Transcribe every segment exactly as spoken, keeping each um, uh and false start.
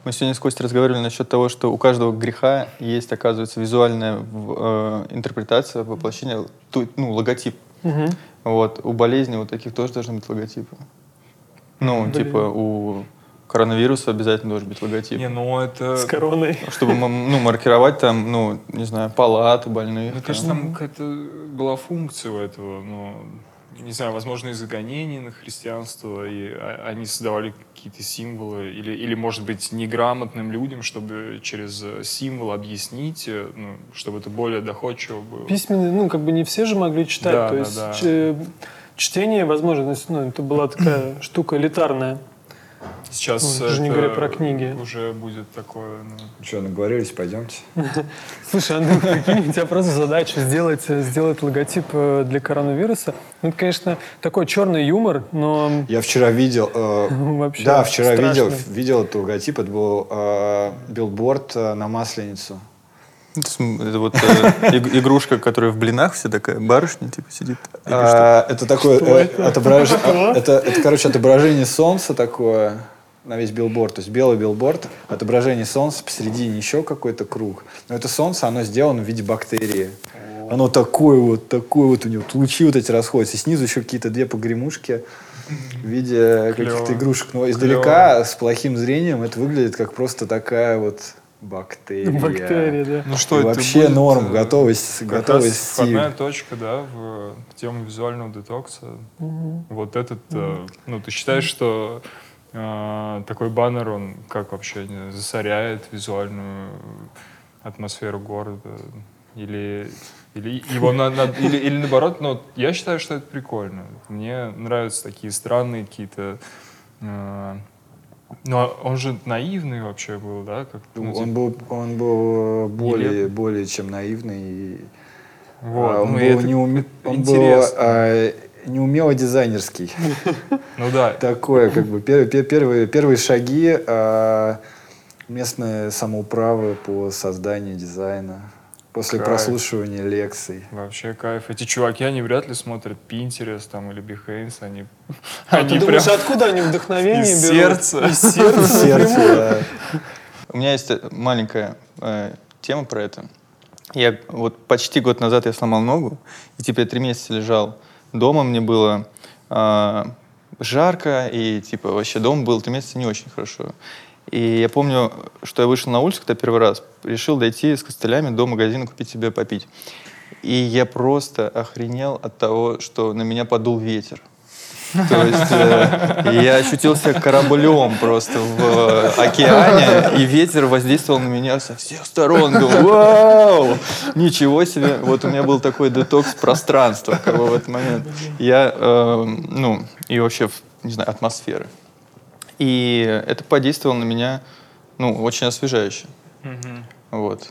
Мы сегодня с Костей разговаривали насчет того, что у каждого греха есть, оказывается, визуальная э, интерпретация, воплощение, ту- ну, логотип. Угу. Вот. У болезней вот таких тоже должны быть логотипы. Ну, Блин. типа у коронавируса обязательно должен быть логотип. Не, ну это... С короной. Чтобы ну, маркировать там, ну, не знаю, палаты больных. Ну, конечно, там какая-то была функция у этого, но, не знаю, возможно, из-за гонений на христианство, и а- они создавали какие-то символы, или, или, может быть, неграмотным людям, чтобы через символ объяснить, э, ну, чтобы это более доходчиво было. Письменные, ну, как бы не все же могли читать, Да, то да, есть да. ч- чтение, возможно, ну, это была такая штука элитарная. Сейчас Ну, даже не это говоря про книги. уже будет такое... Ну... Что, наговорились, пойдемте. Слушай, Андрей, какие у тебя просто задачи сделать, сделать логотип э, для коронавируса? Ну, это, конечно, такой черный юмор, но Я вчера видел... э, вообще да, вчера страшно. видел, видел этот логотип. Это был э, билборд э, на Масленицу. Это, см- это вот э, иг- игрушка, которая в блинах вся такая, барышня, типа, сидит. Или А, это такое Что э, это? отображ- Что? это, это, короче, отображение солнца такое на весь билборд. То есть белый билборд, отображение солнца, посередине еще какой-то круг. Но это солнце, оно сделано в виде бактерии. Оно такое вот, такое вот у него, лучи вот эти расходятся. И снизу еще какие-то две погремушки в виде Клево. каких-то игрушек. Но издалека, с плохим зрением, это выглядит как просто такая вот бактерия. Бактерии, да. Ну что И это вообще будет, норм, э, готовый, как готовый раз стиль. входная точка, да, в тему визуального детокса. Вот этот, э, ну, ты считаешь, что э, такой баннер, он как вообще не, засоряет визуальную атмосферу города? Или, или его на, на- или, или наоборот, ну, я считаю, что это прикольно. Мне нравятся такие странные какие-то... э, но он же наивный вообще был, да? Как, ну, Он типа, был, он был более, Нелепый. более чем наивный. И, вот, а, он ну, и был, это неуме- он был интересно. а, неумело дизайнерский. Ну да. Такое, как бы, пер- пер- первые, первые шаги а, местной самоуправы по созданию дизайна. После Кайф. прослушивания лекций. Вообще кайф. Эти чуваки, они вряд ли смотрят Pinterest там, или Behance. Они, А они ты думаешь, прям откуда они вдохновение из берут? сердца. Из сердца. Сердце, да. У меня есть маленькая э, тема про это. Я вот почти год назад я сломал ногу, и типа я три месяца лежал дома, мне было э, жарко, и типа вообще дома было три месяца не очень хорошо. И я помню, что я вышел на улицу, когда первый раз, решил дойти с костылями до магазина купить себе попить. И я просто охренел от того, что на меня подул ветер. То есть э, я ощутил себя кораблем просто в э, океане, и ветер воздействовал на меня со всех сторон. Думаю, вау! Ничего себе! Вот у меня был такой детокс пространства как бы, в этот момент. Я, э, ну, и вообще, не знаю, атмосферы. И это подействовало на меня, ну, очень освежающе. Мгм. Вот.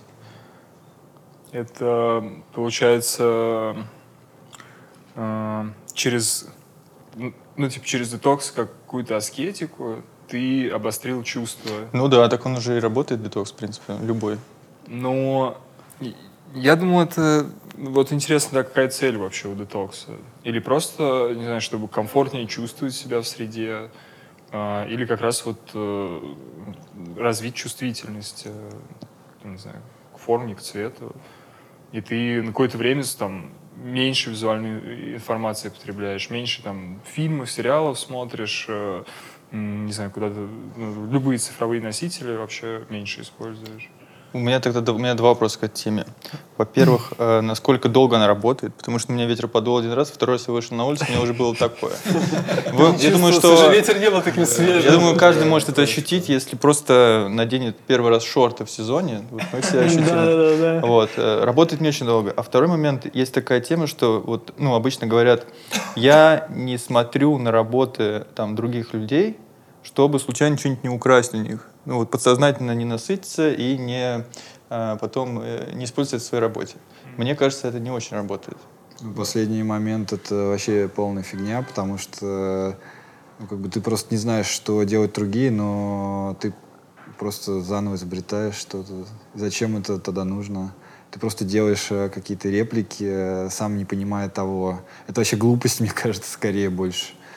Это получается э, через, ну, ну, типа через детокс, какую-то аскетику, ты обострил чувства. Ну да, так он уже и работает, детокс, в принципе, любой. Но и- я думал, это вот интересно, да, какая цель вообще у детокса? Или просто, не знаю, чтобы комфортнее чувствовать себя в среде, а, или как раз вот э, развить чувствительность, э, не знаю, к форме, к цвету. И ты на какое-то время там меньше визуальной информации потребляешь, меньше там фильмов, сериалов смотришь, э, м, не знаю, куда-то, ну, любые цифровые носители вообще меньше используешь. У меня тогда д- у меня два вопроса к этой теме. Во-первых, э, насколько долго она работает, потому что у меня ветер подул один раз, второй раз я вышел на улицу, у меня уже было такое. Вы- Я думаю, Чувствовал, что ветер не был таким свежим. я думаю, каждый может это ощутить, если просто наденет первый раз шорты в сезоне. Вот мы все ощутим. Да, это. да, да. Вот, э, работает не очень долго. А второй момент, есть такая тема, что вот, ну, обычно говорят, я не смотрю на работы там других людей, чтобы случайно что-нибудь не украсть у них. Ну, вот подсознательно не насытиться и не, а, потом э, не использовать в своей работе. Мне кажется, это не очень работает. В последний момент это вообще полная фигня, потому что ну, как бы ты просто не знаешь, что делать другие, но ты просто заново изобретаешь что-то. Зачем это тогда нужно? Ты просто делаешь э, какие-то реплики, э, сам не понимая того. Это вообще глупость, мне кажется, скорее больше.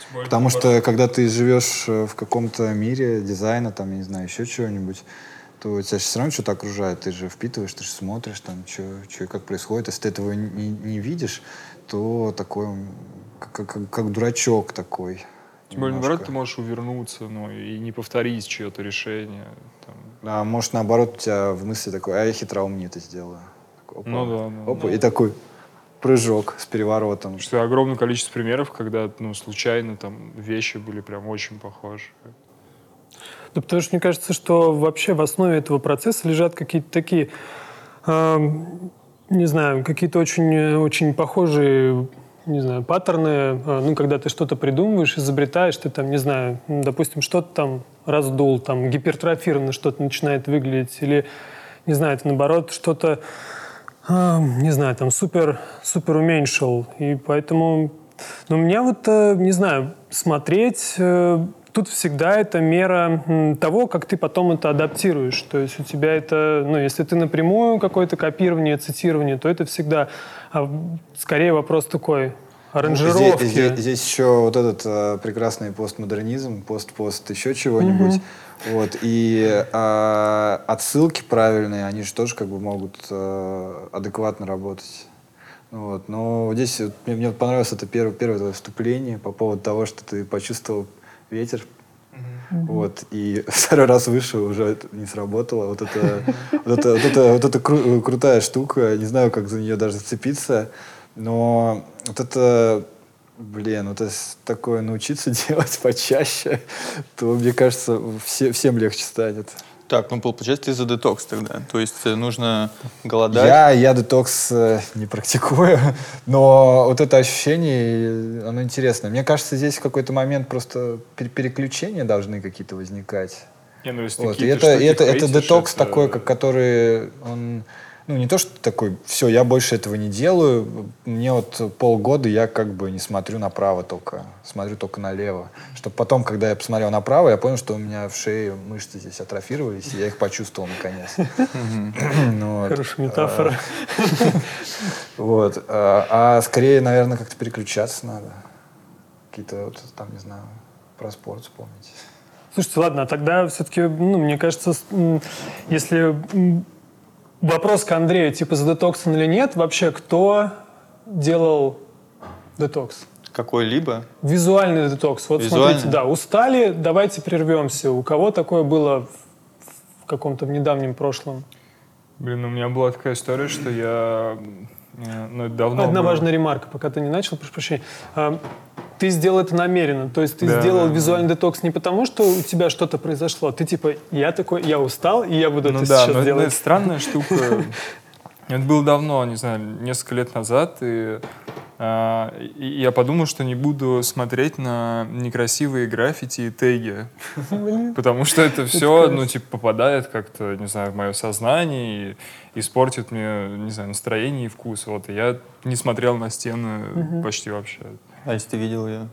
более Потому наоборот. что, когда ты живешь э, в каком-то мире дизайна, там, я не знаю, еще чего-нибудь, то тебя все равно что-то окружает. Ты же впитываешь, ты же смотришь, там, что и как происходит. Если ты этого не, не видишь, то такой, м, как, как, как дурачок такой. Тем более, немножко. наоборот, ты можешь увернуться, ну, и не повторить чье-то решение. Там. А может, наоборот, у тебя в мысли такой, а я хитроумнее это сделаю. Такой, опа, Ну да, ну, опа, и такой прыжок с переворотом. Потому что огромное количество примеров, когда, ну, случайно там вещи были прям очень похожи. Да, потому что мне кажется, что вообще в основе этого процесса лежат какие-то такие, э, не знаю, какие-то очень, очень похожие, не знаю, паттерны. Э, ну, когда ты что-то придумываешь, изобретаешь, ты там, не знаю, ну, допустим, что-то там раздул, там гипертрофированно что-то начинает выглядеть, или, не знаю, это наоборот что-то, э, не знаю, там супер, супер уменьшил. И поэтому, ну, меня вот, э, не знаю, смотреть... Э, Тут всегда это мера м, того, как ты потом это адаптируешь. То есть у тебя это, ну, если ты напрямую какое-то копирование, цитирование, то это всегда а, скорее вопрос такой аранжировки. Здесь, здесь- здесь еще вот этот э, прекрасный постмодернизм, пост-пост еще чего-нибудь. Вот, и э, отсылки правильные, они же тоже как бы могут э, адекватно работать. Вот. Но здесь вот мне, мне понравилось это первое, первое твое вступление по поводу того, что ты почувствовал ветер. Вот, и второй раз вышел, уже это не сработало. Вот это, вот это, вот это, вот это кру- крутая штука, не знаю, как за нее даже зацепиться, но вот это, блин, вот это с- такое научиться делать почаще, то, мне кажется, все, всем легче станет. Так, ну получается, ты за детокс тогда. То есть э, нужно голодать. Я, я детокс э, не практикую, но вот это ощущение, э, оно интересное. Мне кажется, здесь в какой-то момент просто пер- переключения должны какие-то возникать. Не, ну, если ты Вот. И какие-то это, и штуки это, это хейтишь, детокс это- такой, как, который, он, ну, не то, что такой, все, я больше этого не делаю, мне вот полгода я как бы не смотрю направо только, смотрю только налево. Чтобы потом, когда я посмотрел направо, я понял, что у меня в шее мышцы здесь атрофировались, и я их почувствовал наконец. Ну вот. Хорошая метафора. Вот. А а скорее, наверное, как-то переключаться надо. Какие-то, вот, там, не знаю, про спорт вспомнить. Слушайте, ладно, а тогда все-таки, ну, мне кажется, с- м, если м, вопрос к Андрею, типа, за детоксом или нет, вообще, кто делал детокс? Какой-либо. Визуальный детокс. Вот Визуальный? смотрите, да, устали, давайте прервемся. У кого такое было в, в каком-то недавнем прошлом? Блин, у меня была такая история, что я... э, Ну, это давно Одна было. важная ремарка, пока ты не начал, прошу прощения. А, ты сделал это намеренно, то есть ты Да, сделал да, визуальный детокс не потому, что у тебя что-то произошло, ты типа, я такой, я устал, и я буду Ну это да, сейчас но это, делать. это странная штука. Это было давно, не знаю, несколько лет назад, и, а, и я подумал, что не буду смотреть на некрасивые граффити и теги, потому что это все, ну, типа, попадает как-то, не знаю, в мое сознание и испортит мне, не знаю, настроение и вкус. Вот, и я не смотрел на стены почти вообще. А если ты видел ее?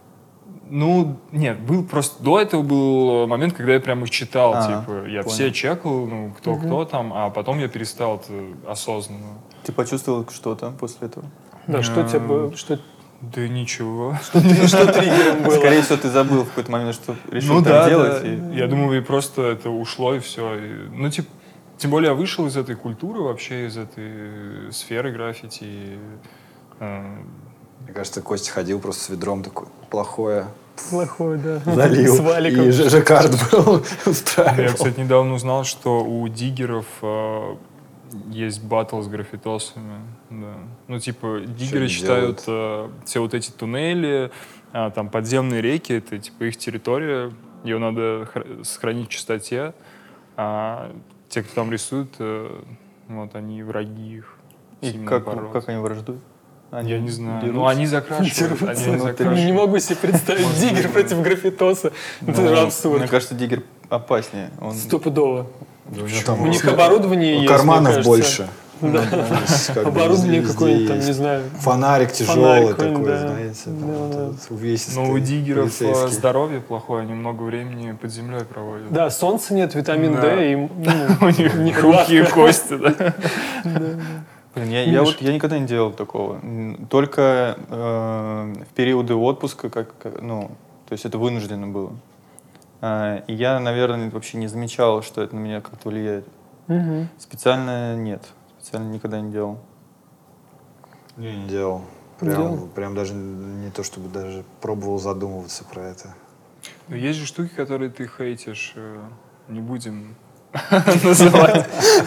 Ну, нет, был просто... До этого был момент, когда я прям их читал, А, типа, я понял. все чекал, ну, кто-кто там, а потом я перестал это осознанно. Ты почувствовал что-то после этого? Да, что тебе было, что, Да ничего. что триггером было? Скорее всего, ты забыл в какой-то момент, что решил Ну так да, делать. да. и- Я думаю, и просто это ушло, и все. Ну, типа, тем более я вышел из этой культуры вообще, из этой сферы граффити. и, э, Мне кажется, Костя ходил просто с ведром такой, плохое, Плохой, да. залил. С валиком. И ЖЖ-карт был Я, устраивал. кстати, недавно узнал, что у диггеров э, есть батл с граффитосами. Да. Ну, типа, диггеры они считают делают? э, все вот эти туннели, а, там, подземные реки, это, типа, их территория, ее надо хр- сохранить в чистоте, а те, кто там рисует, э, вот, они враги их. И Сильно как, наоборот. как они враждуют? Они Я не знаю. Ну, дерутся? они закрашивают. Они Дерутся. закрашивают. Не могу себе представить диггер против граффитоса. Это же Ну, абсурд. Мне кажется, диггер опаснее. Он... Стопудово. У него там У них оборудование есть, карманов мне кажется. больше. Ну, то есть, как бы, Оборудование везде какое-нибудь там, есть. не знаю. Фонарик тяжелый Фонарик такой, какой-нибудь, да. знаете. там Да, вот да. этот увесистый, Но у диггеров э, полицейский. здоровье плохое, они много времени под землей проводят. Да, солнца нет, витамин Да. D, и ну, У них нехватка. хрупкие кости, да. Блин, я, я вот я никогда не делал такого. М, Только э, в периоды отпуска, как, как, ну, то есть это вынуждено было. А, и я, наверное, вообще не замечал, что это на меня как-то влияет. Мгм. Специально нет. Специально никогда не делал. Не, не делал. Не Прям, делал? прям даже не то, чтобы даже пробовал задумываться про это. Но есть же штуки, которые ты хейтишь, э, не будем называть.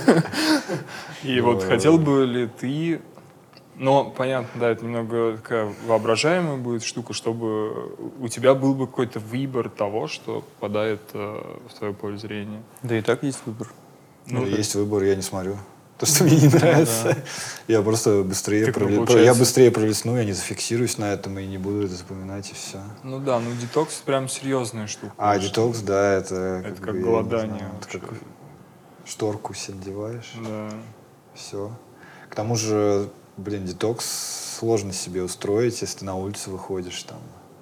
И вот хотел бы ли ты... Но, понятно, да, это немного такая воображаемая будет штука, чтобы у тебя был бы какой-то выбор того, что попадает э, в твое поле зрения. Да и так есть выбор. Ну, Ну, есть выбор, я не смотрю. То, что мне не нравится. Я просто быстрее, Так, ну, прове- получается- я быстрее пролистну, я не зафиксируюсь на этом и не буду это запоминать, и все. Ну да, ну детокс прям серьезная штука. А, что- детокс, да, это... Это как бы, я не голодание знаю, это вообще. как шторку себе надеваешь, Да. все. К тому же, блин, детокс сложно себе устроить, если ты на улицу выходишь, там,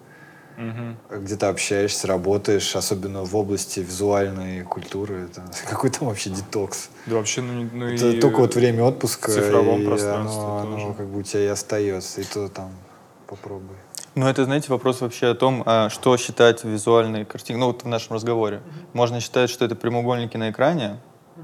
Мгм. где-то общаешься, работаешь, особенно в области визуальной культуры. Это, какой там вообще детокс? Да вообще, ну, не- ну Это и только вот время отпуска, в цифровом и пространстве оно, тоже. оно как бы у тебя и остается, и то там попробуй. Ну, это, знаете, вопрос вообще о том, а, что считать визуальной картинкой. Ну, вот в нашем разговоре. Можно считать, что это прямоугольники на экране,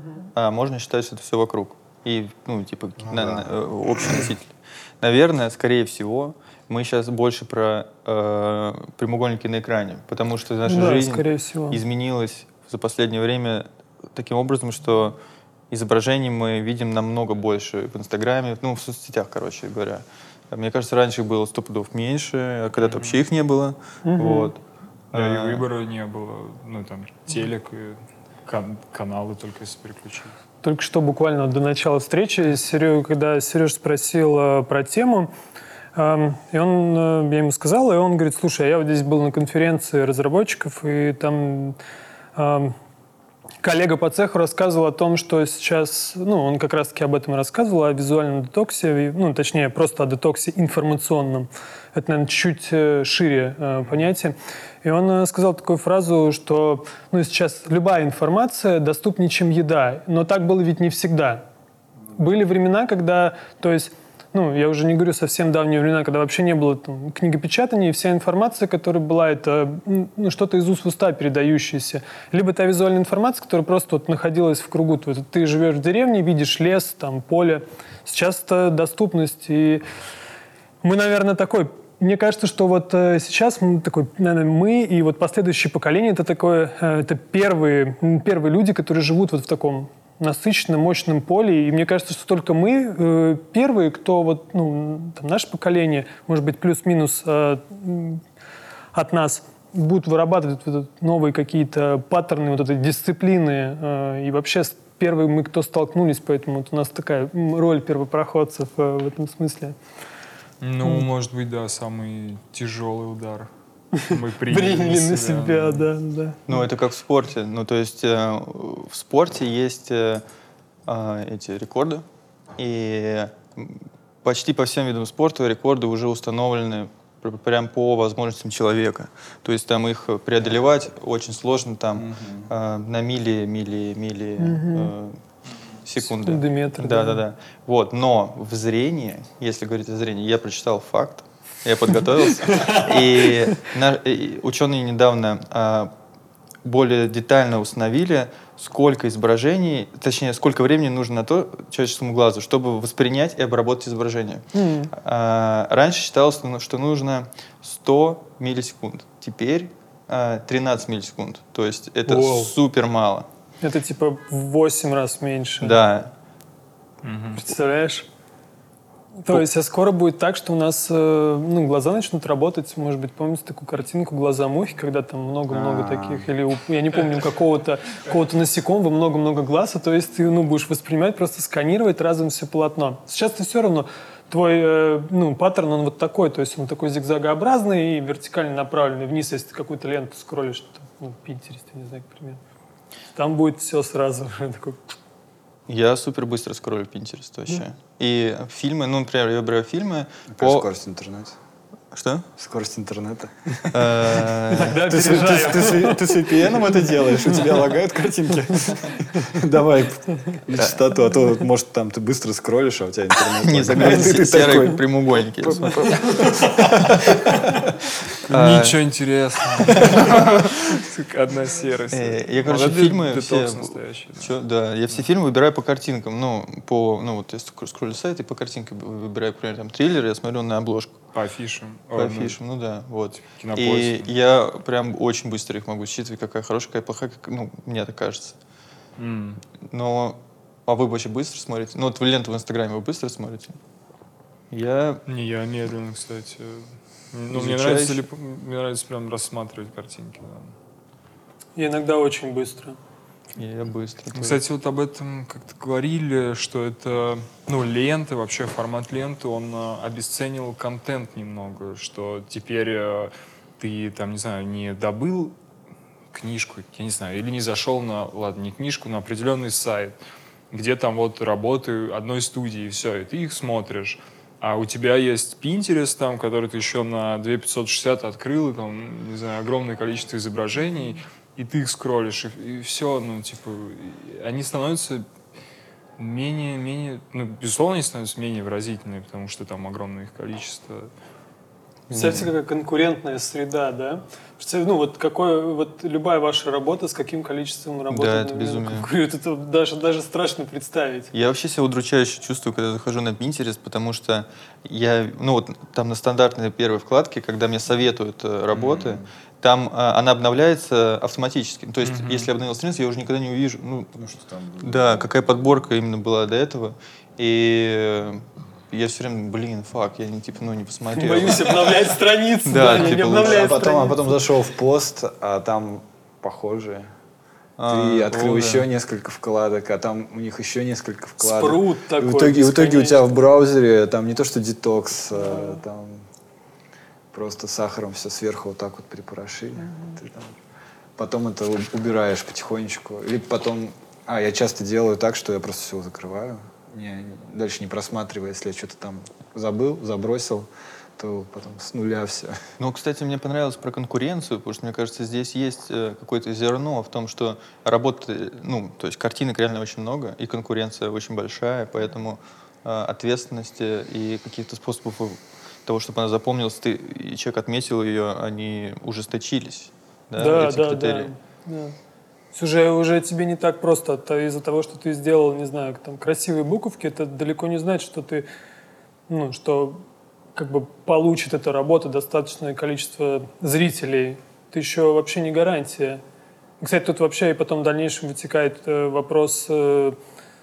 а можно считать, что это все вокруг. И, ну, типа, Ну на- да. на- э, общий носитель. Наверное, скорее всего, мы сейчас больше про э, прямоугольники на экране, потому что наша Да, жизнь скорее всего. изменилась за последнее время таким образом, что изображений мы видим намного больше в Инстаграме, ну, в соцсетях, короче говоря. Мне кажется, раньше их было сто пудов меньше, а когда-то вообще их не было. Мгм. Вот. Да, и А, выбора не было. Ну, там, телек и кан- каналы только если переключить. Только что буквально до начала встречи, Серега, когда Сереж спросил э, про тему, эм, и он, э, я ему сказал, и он говорит, слушай, а я вот здесь был на конференции разработчиков, и там эм, коллега по цеху рассказывал о том, что сейчас, ну, он как раз-таки об этом рассказывал, о визуальном детоксе, и, ну, точнее, просто о детоксе информационном. Это, наверное, чуть э, шире э, понятие. И он э, сказал такую фразу, что ну, сейчас любая информация доступнее, чем еда. Но так было ведь не всегда. Были времена, когда, то есть, ну, я уже не говорю совсем давние времена, когда вообще не было там, книгопечатания, и вся информация, которая была, это ну, что-то из уст в уста передающееся. Либо та визуальная информация, которая просто вот находилась в кругу. То есть, ты живешь в деревне, видишь лес, там, поле. Сейчас это доступность. И мы, наверное, такой... Мне кажется, что вот э, сейчас мы, такой, наверное, мы и вот последующее поколение это такое, э, это первые, м, первые люди, которые живут вот в таком насыщенном, мощном поле. И мне кажется, что только мы э, первые, кто вот, ну, там, наше поколение, может быть, плюс-минус э, м, от нас, будут вырабатывать вот этот новые какие-то паттерны, вот этой дисциплины. Э, и вообще с- первые мы, кто столкнулись, поэтому вот у нас такая м, роль первопроходцев э, в этом смысле. Ну, может быть, да, самый тяжелый удар мы приняли, Приняли на себя, да, да. Ну, это как в спорте. Ну, то есть э, в спорте есть э, а, эти рекорды, и м, почти по всем видам спорта рекорды уже установлены пр- прям по возможностям человека. То есть там их преодолевать очень сложно, там э, на мили, мили, мили э, секунды. Секунды, метры, Да, да. да, да. Вот, но в зрении, если говорить о зрении, я прочитал факт, я подготовился, и, на- и ученые недавно а, более детально установили, сколько изображений, точнее, сколько времени нужно на то человеческому глазу, чтобы воспринять и обработать изображение. М. А, раньше считалось, ну, что нужно сто миллисекунд. Теперь а, тринадцать миллисекунд. То есть это Воу. супер мало. Это типа в восемь раз меньше. Да. Представляешь? То есть, а скоро будет так, что у нас э, ну, глаза начнут работать. Может быть, помните такую картинку «Глаза мухи», когда там много-много А. таких, или у- я не помню, у какого-то какого-то насекомого много-много глаз, а то есть ты ну, будешь воспринимать, просто сканировать разом все полотно. Сейчас ты все равно, твой э, ну, паттерн, он вот такой, то есть он такой зигзагообразный и вертикально направленный вниз, если ты какую-то ленту скроллишь, там, ну, в Pinterest, я не знаю, к примеру. Там будет все сразу. Такой... Я супер быстро скроллю Pinterest вообще. И фильмы, ну, например, я выбираю фильмы Какая по... скорость интернета? Что? Скорость интернета. Э, Тогда Ты с опережаю. ты с- ты с- ты с ви пи эн это делаешь? У тебя лагают картинки? Давай на частоту, а то, вот, может, там ты быстро скроллишь, а у тебя интернет Не лагает. загрузить И ты серые такой, прямоугольники. я смотрю. Ничего интересного. Только одна серость. Э, Я, короче, Молодой фильмы детокс все... настоящий. да. Чё, да, я все фильмы выбираю по картинкам. Ну, по, ну вот я ск- скроллю сайт и по картинкам выбираю, например, там триллер, я смотрю на обложку. По афишам. По О, ну, афишам, ну да, вот. Кинопоиск. И я прям очень быстро их могу считывать, какая хорошая, какая плохая, как, ну, мне так кажется. м. Но, а вы вообще быстро смотрите? Ну, вот вы ленту в Инстаграме вы быстро смотрите? Я, Не, я медленно, кстати. Ну, мне Изучаешь? нравится, ли- мне нравится прям рассматривать картинки. да. И иногда очень быстро. я быстро. тоже. Кстати, вот об этом как-то говорили, что это, ну, ленты, вообще формат ленты, он э, обесценил контент немного, что теперь э, ты, там, не знаю, не добыл книжку, я не знаю, или не зашел на, ладно, не книжку, на определенный сайт, где там вот работы одной студии, и все, и ты их смотришь. А у тебя есть Pinterest, там, который ты еще на две тысячи пятьсот шестьдесят открыл, и там, не знаю, огромное количество изображений, и ты их скроллишь, и, и все, ну, типа, и они становятся менее, менее, ну, безусловно, они становятся менее выразительными, потому что там огромное их количество. Представьте, какая конкурентная среда, да? Представьте, ну, вот, какое, вот любая ваша работа, с каким количеством работы Да, это одновременно безумие. конкурирует, это даже, даже страшно представить. Я вообще себя удручающе чувствую, когда захожу на Pinterest, потому что я, ну вот там на стандартной первой вкладке, когда мне советуют э, работы, там э, она обновляется автоматически. То есть, если обновил страницу, я уже никогда не увижу, ну, Потому что там... да, какая подборка именно была до этого. И э, я все время, блин, фак, я не, типа, ну, не посмотрел. Боюсь обновлять страницу, Да, да, не типа, обновляю А потом, а страницу. потом зашел в пост, а там похожие. А, Ты открыл о, еще да. несколько вкладок, а там у них еще несколько вкладок. Спрут И такой в итоге, в итоге у тебя в бесконечный. браузере там не то что детокс, а там просто сахаром все сверху вот так вот припорошили. Ты там потом это у- убираешь потихонечку. Или потом... А, я часто делаю так, что я просто все закрываю. Не, дальше не просматривая, если я что-то там забыл, забросил, то потом с нуля все. Ну, кстати, мне понравилось про конкуренцию, потому что, мне кажется, здесь есть э, какое-то зерно в том, что работы, ну, то есть картинок реально очень много, и конкуренция очень большая, поэтому э, ответственности и каких-то способов того, чтобы она запомнилась, ты, и человек отметил ее, они ужесточились. Да, Да, эти да, критерии. да, да. То есть Уже, уже тебе не так просто. То из-за того, что ты сделал, не знаю, там красивые буковки, это далеко не значит, что ты, ну, что как бы получит эта работа достаточное количество зрителей. Это еще вообще не гарантия. И, кстати, тут вообще и потом в дальнейшем вытекает э, вопрос э,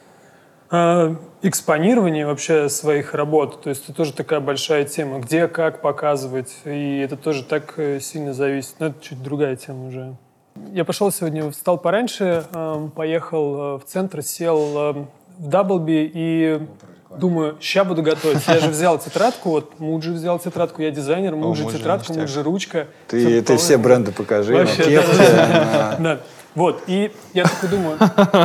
э, экспонирования вообще своих работ. То есть это тоже такая большая тема. Где, как показывать. И это тоже так э, сильно зависит. Но это чуть другая тема уже. Я пошел сегодня, встал пораньше, э, поехал э, в центр, сел э, в Даблби и думаю, ща буду готовить. Я же взял тетрадку, вот Муджи взял тетрадку, я дизайнер, Муджи Муджи тетрадка, ништяк. Муджи ручка. Ты, Всё ты вполне- все бренды покажи, на Вообще, кепке, да, на- Да. Вот, и я такой думаю...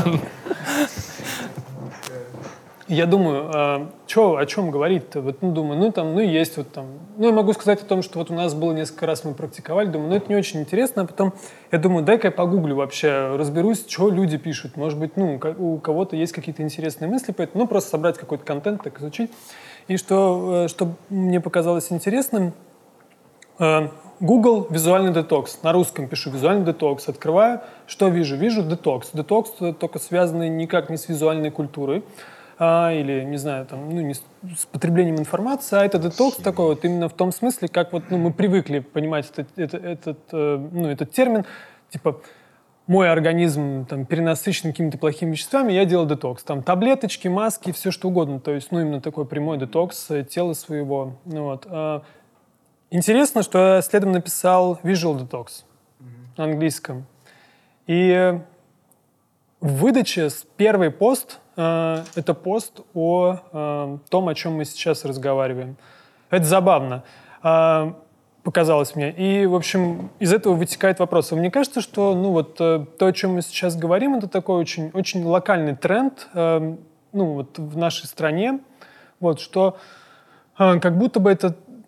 Я думаю, что, о чем говорить-то? Вот, ну, думаю, ну, там, ну, есть вот там... Ну, я могу сказать о том, что вот у нас было несколько раз, мы практиковали, думаю, ну, это не очень интересно, а потом я думаю, дай-ка я погуглю вообще, разберусь, что люди пишут. Может быть, ну, ка- у кого-то есть какие-то интересные мысли, поэтому, ну, просто собрать какой-то контент, так изучить. И что, э, что мне показалось интересным, э, Google визуальный детокс. На русском пишу визуальный детокс. Открываю, что вижу? Вижу детокс. Детокс только связанный никак не с визуальной культурой, а, или, не знаю, там, ну, не с, с потреблением информации, а это детокс такой вот именно в том смысле, как вот, ну, мы привыкли понимать этот, этот, этот, э, ну, этот термин, типа мой организм там, перенасыщен какими-то плохими веществами, я делаю детокс. Там таблеточки, маски, все что угодно. То есть, ну, именно такой прямой детокс э, тела своего. Ну, вот. А, интересно, что я следом написал visual detox на английском. И э, в выдаче с первый пост э, это пост о э, том, о чем мы сейчас разговариваем. Это забавно. Э, показалось мне. И, в общем, из этого вытекает вопрос. А мне кажется, что ну, вот, э, то, о чем мы сейчас говорим, это такой очень, очень локальный тренд э, ну, вот, в нашей стране, вот, что э, как будто бы эта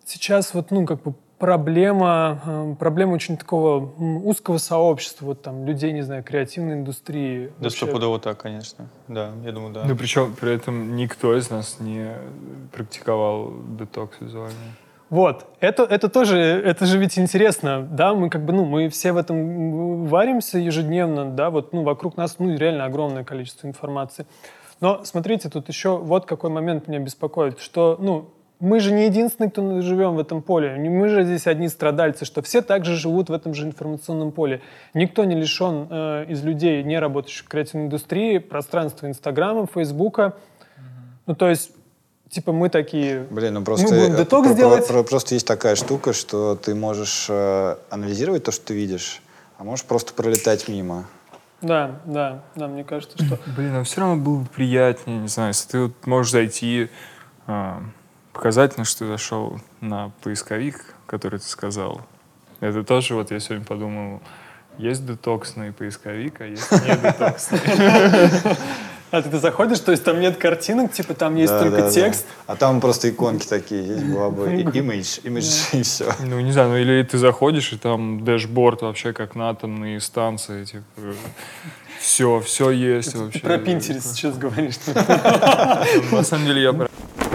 сейчас вот, ну, как бы проблема, э, проблема очень такого м, узкого сообщества, вот там людей, не знаю, креативной индустрии. Да, Вообще. стопудово так, конечно. Да, я думаю, да. Ну, причем при этом никто из нас не практиковал детокс визуальный. Вот, это, это тоже, это же ведь интересно, да, мы как бы, ну, мы все в этом варимся ежедневно, да, вот, ну, вокруг нас, ну, реально огромное количество информации. Но, смотрите, тут еще вот какой момент меня беспокоит, что, ну, мы же не единственные, кто живем в этом поле, не мы же здесь одни страдальцы, что все также живут в этом же информационном поле. Никто не лишен э, из людей, не работающих в креативной индустрии, пространства Инстаграма, Фейсбука, ну, то есть типа мы такие... Блин, ну просто, мы будем детокс про- делать. про- просто есть такая штука, что ты можешь э, анализировать то, что ты видишь, а можешь просто пролетать мимо. Да, да, да, мне кажется, что... Блин, а все равно было бы приятнее, не знаю, если ты вот можешь зайти, а, показательно, что ты зашел на поисковик, который ты сказал. Это тоже вот я сегодня подумал, есть детоксный поисковик, а есть не детоксный. А ты, ты заходишь, то есть там нет картинок, типа там есть Да, только да, текст? да. А там просто иконки такие, есть была бы имидж, имидж и все. Ну, не знаю, ну или ты заходишь, и там дэшборд вообще как на атомные станции, типа, все, все есть Ты вообще. про Pinterest сейчас говоришь. На самом деле я про...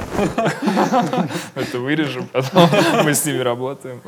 Это вырежем, потом мы с ними работаем.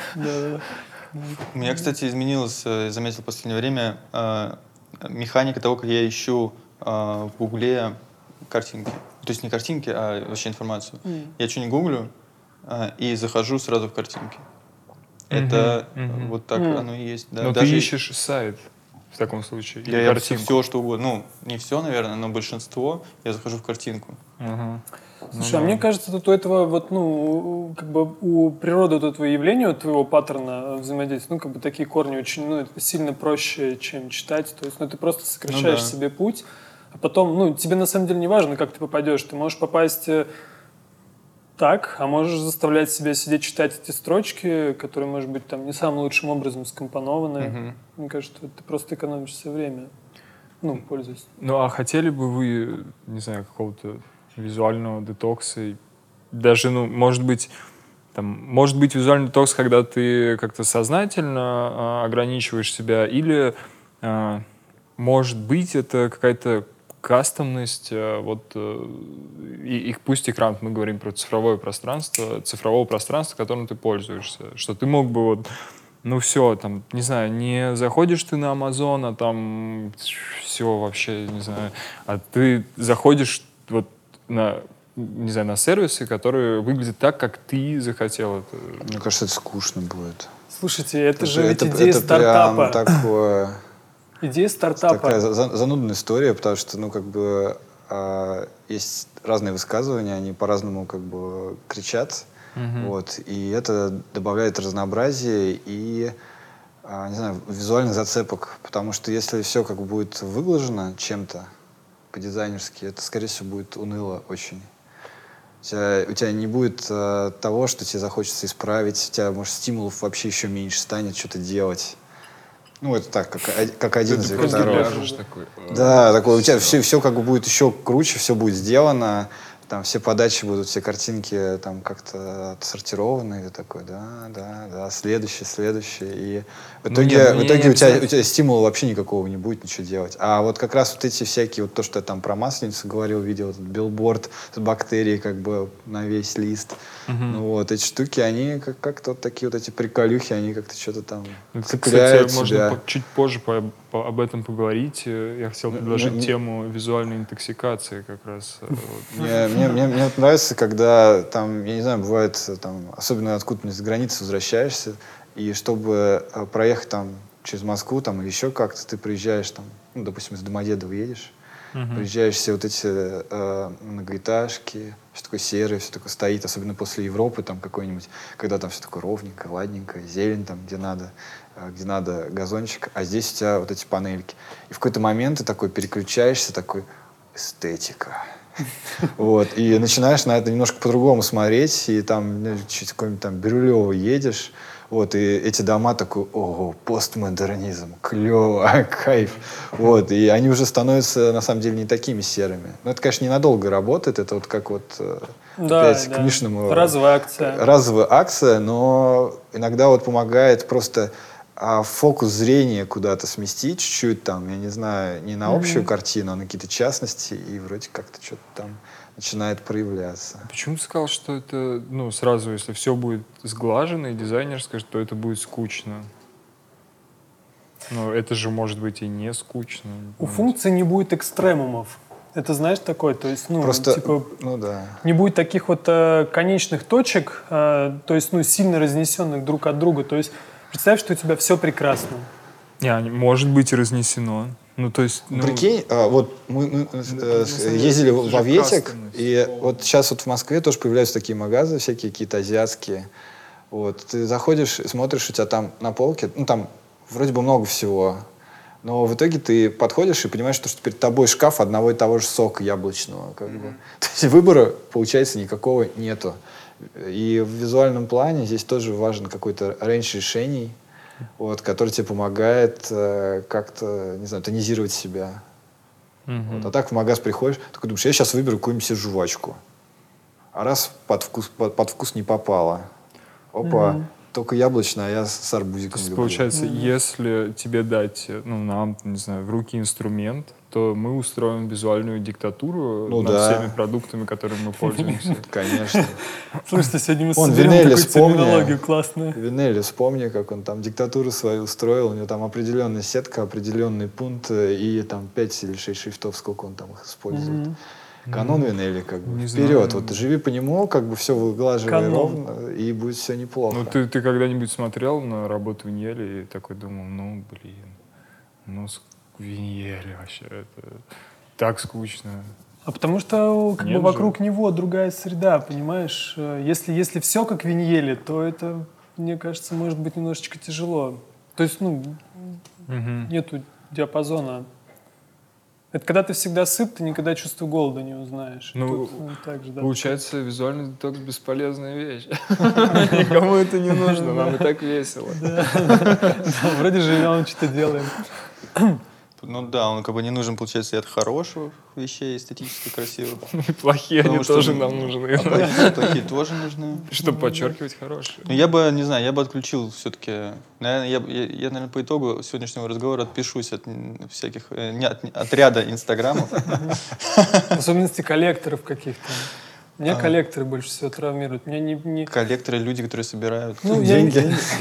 У меня, кстати, изменилось, э, я заметил в последнее время, э, механика того, как я ищу э, в Гугле картинки. То есть не картинки, а вообще информацию. Mm. Я что не гуглю э, и захожу сразу в картинки. Это Мгм, мгм. вот так Mm. оно и есть. Да. Но ты Даже ищешь сайт в таком случае, или я, я картинку? все, что угодно. Ну, не все, наверное, но большинство я захожу в картинку. Ага. Слушай, Ну а да. мне кажется, тут у этого вот, ну, как бы у природы вот этого явления, у твоего паттерна взаимодействия, ну, как бы такие корни очень, ну, это сильно проще, чем читать. То есть, ну, ты просто сокращаешь да. себе путь, а потом, ну, тебе на самом деле не важно, как ты попадешь. Ты можешь попасть э, так, а можешь заставлять себя сидеть читать эти строчки, которые, может быть, там не самым лучшим образом скомпонованы. Мгм. Мне кажется, ты просто экономишь себе время. Ну, пользуясь. Ну, а хотели бы вы, не знаю, какого-то визуального детокса? И даже, ну, может быть, там, может быть визуальный детокс, когда ты как-то сознательно а, ограничиваешь себя, или, а, может быть, это какая-то кастомность, а, вот, э, и, их пусть экран, мы говорим про цифровое пространство, цифрового пространства, которым ты пользуешься, что ты мог бы вот, ну все, там, не знаю, не заходишь ты на Amazon, а там все вообще, не знаю, а ты заходишь вот на, не знаю, на сервисы, которые выглядят так, как ты захотел это. Мне кажется, это скучно будет. Слушайте, это, же это, ведь идея это стартапа. прям такое... Идея стартапа. Такая за- занудная история, потому что, ну, как бы, а, есть разные высказывания, они по-разному, как бы, кричат, Мгм. вот, и это добавляет разнообразия и, а, не знаю, визуальных зацепок, потому что если все, как бы, будет выглажено чем-то по-дизайнерски, это, скорее всего, будет уныло очень. У тебя, у тебя не будет а, того, что тебе захочется исправить, у тебя, может, стимулов вообще еще меньше станет что-то делать. Ну, это так, как, о- как один Ты из просто векторов. ляжешь такой. э, Да, такое, у тебя всё. все, все как бы будет еще круче, все будет сделано, там все подачи будут, все картинки там как-то отсортированы, и ты такой, да, да, да, следующий, следующий. И в Ну, итоге, нет, ну, в не итоге у, тебя, обязательно. у тебя стимула вообще никакого не будет ничего делать. А вот как раз вот эти всякие, вот то, что я там про масленицу говорил, видел, этот билборд с бактерией как бы на весь лист. Мгм. Ну вот, эти штуки, они как- как-то вот такие вот эти приколюхи, они как-то что-то там Это, цепляют кстати, себя. можно по- чуть позже по- по- об этом поговорить. Э, Я хотел Ну, предложить ну, тему визуальной интоксикации как раз. э, вот. Мне, мне, мне, мне вот нравится, когда там, я не знаю, бывает, э, там, особенно откуда-нибудь с границы возвращаешься, и чтобы э, проехать там через Москву там, или еще как-то, ты приезжаешь там, ну, допустим, из Домодедова едешь, Мгм. приезжаешь, все вот эти э, многоэтажки, все такое серое, все такое стоит, особенно после Европы там какой-нибудь, когда там все такое ровненько, ладненько, зелень там, где надо, э, где надо газончик, а здесь у тебя вот эти панельки. И в какой-то момент ты такой переключаешься, такой, эстетика. Вот, и начинаешь на это немножко по-другому смотреть, и там ну, чуть какой-нибудь там Бирюлево едешь, Вот, и эти дома такой, ого, постмодернизм, клево, кайф. Вот, и они уже становятся, на самом деле, не такими серыми. Но это, конечно, ненадолго работает, это вот как вот, Да, опять, да. к Мишиному. Разовая акция. Разовая акция, но иногда вот помогает просто а, фокус зрения куда-то сместить чуть-чуть, там, я не знаю, не на общую mm-hmm. картину, а на какие-то частности, и вроде как-то что-то там начинает проявляться. Почему ты сказал, что это, ну, сразу, если все будет сглажено, и дизайнер скажет, то это будет скучно? Но это же может быть и не скучно. У функции не будет экстремумов. Это, знаешь, такое, то есть, ну, Просто, типа, ну, да. не будет таких вот э, конечных точек, э, то есть, ну, сильно разнесенных друг от друга. То есть, представь, что у тебя все прекрасно. Не, может быть и разнесено. Ну, то есть, ну, прикинь, а, вот мы, мы э, ездили в Аветик, и вот сейчас вот в Москве тоже появляются такие магазы, всякие какие-то азиатские. Вот, ты заходишь, смотришь, у тебя там на полке, ну, там вроде бы много всего, но в итоге ты подходишь и понимаешь, что, что перед тобой шкаф одного и того же сока яблочного. Как mm-hmm. бы. То есть выбора, получается, никакого нету. И в визуальном плане здесь тоже важен какой-то рейндж решений, вот, который тебе помогает э, как-то, не знаю, тонизировать себя. Mm-hmm. Вот, а так в магаз приходишь, такой думаешь, я сейчас выберу какую-нибудь себе жвачку. А раз под вкус, под, под вкус не попало, опа, mm-hmm. только яблочная, а я с арбузиком то есть, люблю. получается, mm-hmm. если тебе дать, ну, нам, не знаю, в руки инструмент, то мы устроим визуальную диктатуру ну, над да. всеми продуктами, которыми мы пользуемся. Конечно. Слушайте, сегодня мы он соберем Винелли, такую терминологию классную. Винелли, вспомни, как он там диктатуру свою устроил. У него там определенная сетка, определенный пункт и там пять или шесть шрифтов, сколько он там их использует. Mm-hmm. Канон Винелли, как бы. Не вперед. Знаю. Вот живи по нему, как бы все выглаживай Канон. ровно, и будет все неплохо. Ну, ты, ты когда-нибудь смотрел на работу Винелли и такой думал, ну, блин, ну, Виньелли вообще, это так скучно. А потому что как бы, вокруг него другая среда, понимаешь? Если, если все как Виньелли, то это, мне кажется, может быть немножечко тяжело. То есть, ну, угу. нету диапазона. Это когда ты всегда сыт, ты никогда чувство голода не узнаешь. Ну, Тут, ну так же, да, получается, так... визуальный детокс бесполезная вещь. Никому это не нужно, нам и так весело. Вроде живем, что-то делаем. Ну да, он как бы не нужен, получается, и от хороших вещей, эстетически красивых. Плохие они тоже нам нужны. Плохие тоже нужны. Чтобы подчеркивать хорошие. Ну я бы, не знаю, я бы отключил все-таки. Наверное, я, я, я, наверное, по итогу сегодняшнего разговора отпишусь от всяких, не, от, от ряда инстаграмов. В особенности коллекторов каких-то. Меня а. коллекторы больше всего травмируют. Меня не, не... Коллекторы — люди, которые собирают ну, деньги.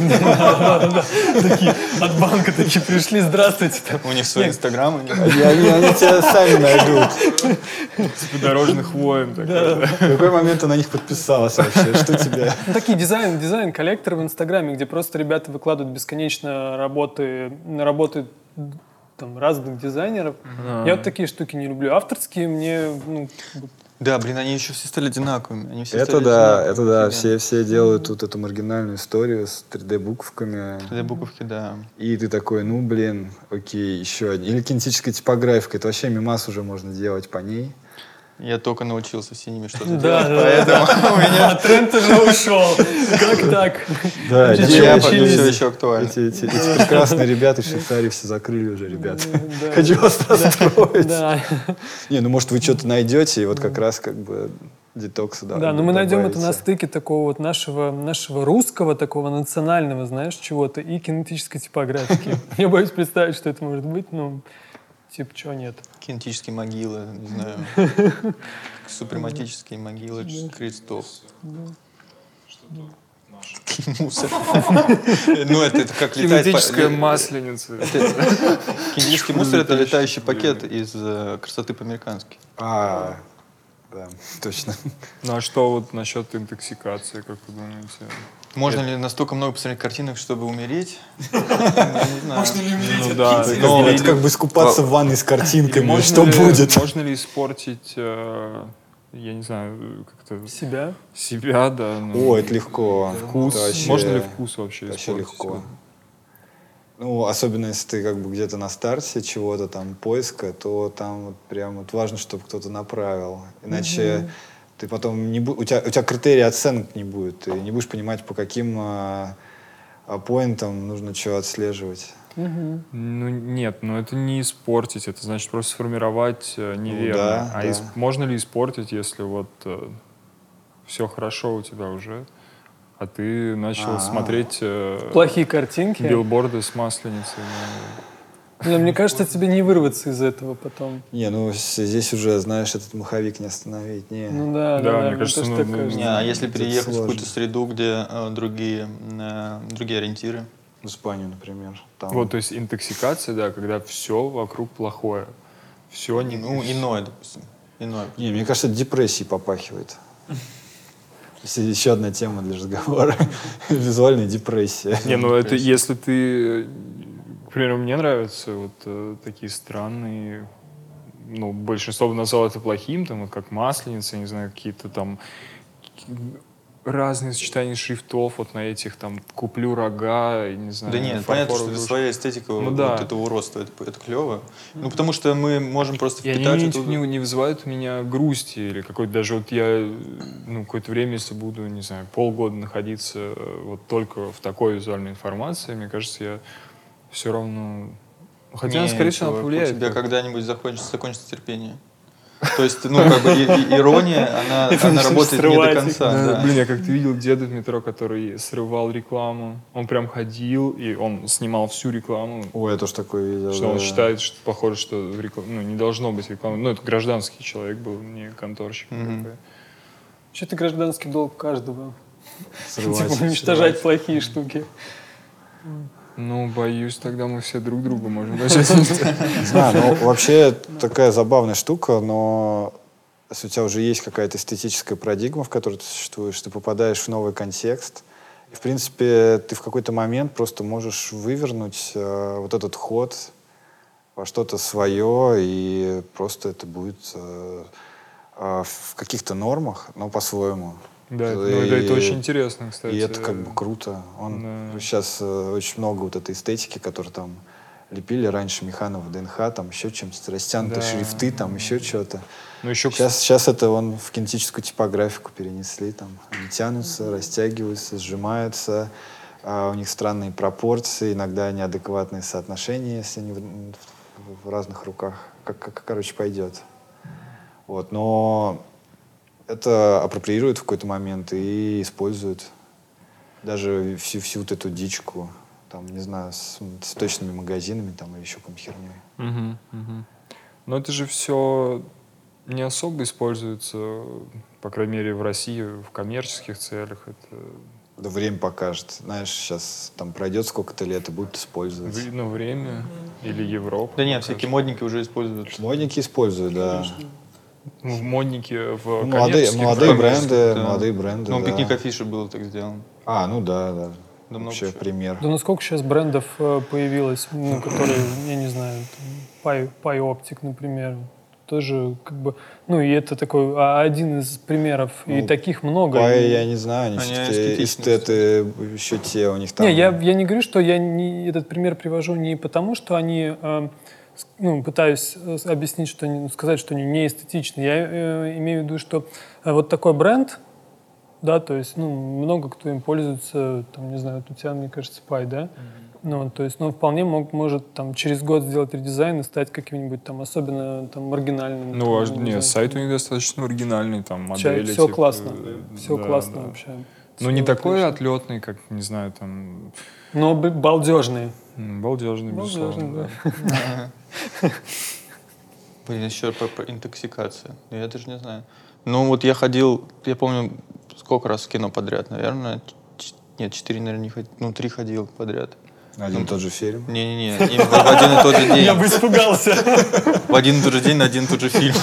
Такие от банка такие пришли, здравствуйте. У них свой инстаграм. Они тебя сами найдут. Типа дорожных войн. В какой момент ты на них подписался вообще? Что тебе? Такие дизайн, дизайн коллекторы в инстаграме, где просто ребята выкладывают бесконечно работы, работы там, разных дизайнеров. Я вот такие штуки не люблю. Авторские мне, ну, да, блин, они еще все стали одинаковыми. Они все это стали да, это да, все, все делают тут эту маргинальную историю с три дэ-буковками. три дэ-буковки, да. И ты такой, ну, блин, окей, еще один. Или кинетическая типографика, это вообще мимас уже можно делать по ней. Я только научился синими что-то да, делать, да, поэтому да. у меня... А тренд уже ушел. Как так? Да, все еще актуально. Эти, эти, эти прекрасные ребята из Швейцарии все закрыли уже, ребята. Хочу вас построить. Не, ну может вы что-то найдете, и вот как раз как бы детокс. Да, да, но мы найдем это на стыке такого вот нашего, нашего русского, такого национального, знаешь, чего-то, и кинетической типографики. Я боюсь представить, что это может быть, но... Типа, чего нет? Кинетические могилы, не знаю. Супрематические могилы крестов. Мусор. Ну, это как летает... Кинетическая масленица. Кинетический мусор — это летающий пакет из «Красоты по-американски». А, да, точно. Ну, а что вот насчет интоксикации, как вы думаете? Можно ли настолько много посмотреть картинок, чтобы умереть? Можно ли умереть? Ну да. Ну, это как бы искупаться в ванной с картинками. Что будет? Можно ли испортить, я не знаю, как-то... Себя? Себя, да. О, это легко. Вкус. Можно ли вкус вообще испортить? Вообще легко. Ну, особенно если ты как бы где-то на старте чего-то там, поиска, то там вот прям вот важно, чтобы кто-то направил. Иначе... Ты потом не бу- у тебя, у тебя критерий оценок не будет. Ты не будешь понимать, по каким, а, а поинтам нужно что отслеживать. Мгм. Ну нет, ну это не испортить, это значит просто сформировать э, неверно. да, а да. ис- можно ли испортить, если вот все хорошо у тебя уже, а ты начал А. смотреть э, Плохие картинки. билборды с масленицей? Ну, Но мне кажется, тебе не вырваться из этого потом. Не, ну с- здесь уже, знаешь, этот маховик не остановить. Не. Ну да, Да, да, да, мне кажется, тоже ну, так ну, кажется. Не, а если Это переехать в какую-то сложно. среду, где э, другие, э, другие ориентиры? В Испанию, например. Там... Вот, то есть интоксикация, да, когда все вокруг плохое. Все не... Ну, иное, допустим. Иное. Не, мне кажется, это депрессией попахивает. Если еще одна тема для разговора. Визуальная депрессия. Не, ну это если ты... К примеру, мне нравятся вот э, такие странные... Ну, большинство бы назвало это плохим, там, вот как масленица, не знаю, какие-то там разные сочетания шрифтов вот на этих, там, куплю рога, и, не знаю... Да нет, понятно, что это фарфоровую своя эстетика Ну вот да. этого роста, это, это клево. Ну, потому что мы можем просто И они впитать не, оттуда. не, не вызывают у меня грусти или какой-то даже вот я ну какое-то время, если буду, не знаю, полгода находиться э, вот только в такой визуальной информации, мне кажется, я все равно... Хотя, Не, скорее всего, она чувак, повлияет. у тебя как- когда-нибудь закончится, закончится терпение. То есть, ну, как бы и- и- ирония, она, она начнешь работает не срывать до их. конца. Да, да. Блин, я как-то видел деда в метро, который срывал рекламу. Он прям ходил, и он снимал всю рекламу. Ой, я тоже такое видел. Что он да. считает, что похоже, что в реклам- ну, не должно быть рекламы. Ну, это гражданский человек был, не конторщик. Мгм. какой. Вообще-то гражданский долг каждого. Срывать. Типа уничтожать плохие штуки. Ну, боюсь, тогда мы все друг друга можем начать. Не знаю, ну вообще такая забавная штука, но если у тебя уже есть какая-то эстетическая парадигма, в которой ты существуешь, ты попадаешь в новый контекст, и, в принципе, ты в какой-то момент просто можешь вывернуть э, вот этот ход во что-то свое, и просто это будет э, э, в каких-то нормах, но по-своему. Да, это, И- ну, да, это очень интересно, кстати. И это как бы круто. Он Да. сейчас э, очень много вот этой эстетики, которую там лепили раньше Механов, ДНХ, там еще чем-то, растянутые Да. шрифты, там еще что-то. Ну, еще, Сейчас, сейчас это он в кинетическую типографику перенесли, там они тянутся, растягиваются, сжимаются, а у них странные пропорции, иногда неадекватные соотношения, если они в, в- в разных руках, как, как, короче, пойдет. Вот, но это апроприируют в какой-то момент и используют даже всю, всю вот эту дичку, там, не знаю, с, с точными магазинами там, или еще какой-нибудь херней. Мгм, мгм. Но это же все не особо используется, по крайней мере, в России в коммерческих целях. Это Да время покажет. Знаешь, сейчас там пройдет сколько-то лет и будут использовать. в- ну, время или Европа. Да нет, покажет. всякие модники уже используют. Модники используют, да. Ну, в моднике, в Ну, молодые коммерческих молодые целях. бренды, да. молодые бренды, Ну, да. пикник афиши было так сделано. А, ну да, да. Да много Вообще чего. пример. Да ну сколько сейчас брендов э, появилось, ну, которые, я не знаю, там, Pi, Pi Optic, например, тоже как бы, ну и это такой а, один из примеров, и Ну, таких много. Пай, и- я не знаю, они, Они все-таки эстетичные, эстеты еще те, у них там... Не, я, я не говорю, что я не, этот пример привожу не потому, что они, э, с- ну, пытаюсь э, с- объяснить, что они, ну, сказать, что они не эстетичны. Я э, имею в виду, что э, вот такой бренд, да, то есть, ну, много кто им пользуется, там, не знаю, вот у тебя, мне кажется, Пай, да? Ну, то есть, ну, вполне мог, может там через год сделать редизайн и стать каким-нибудь там особенно там маргинальным. Ну, там, аж- не нет, знаю, сайт у там. них достаточно оригинальный, там Ча- модели. все типа, классно, э, все да, классно да. вообще. Ну, не Всё такой отлично. отлетный, как, не знаю, там, Но б- балдежный. м, балдежный, безусловно. Балдежный, да. Блин, еще про, про интоксикацию. Я даже не знаю. Ну, вот я ходил, я помню, сколько раз в кино подряд, наверное. ч- Нет, четыре, наверное, не ходил. Ну, три ходил подряд. Один и тот же фильм. Не-не-не, именно в один и тот же день. Я бы испугался. В один и тот же день на один и тот же фильм.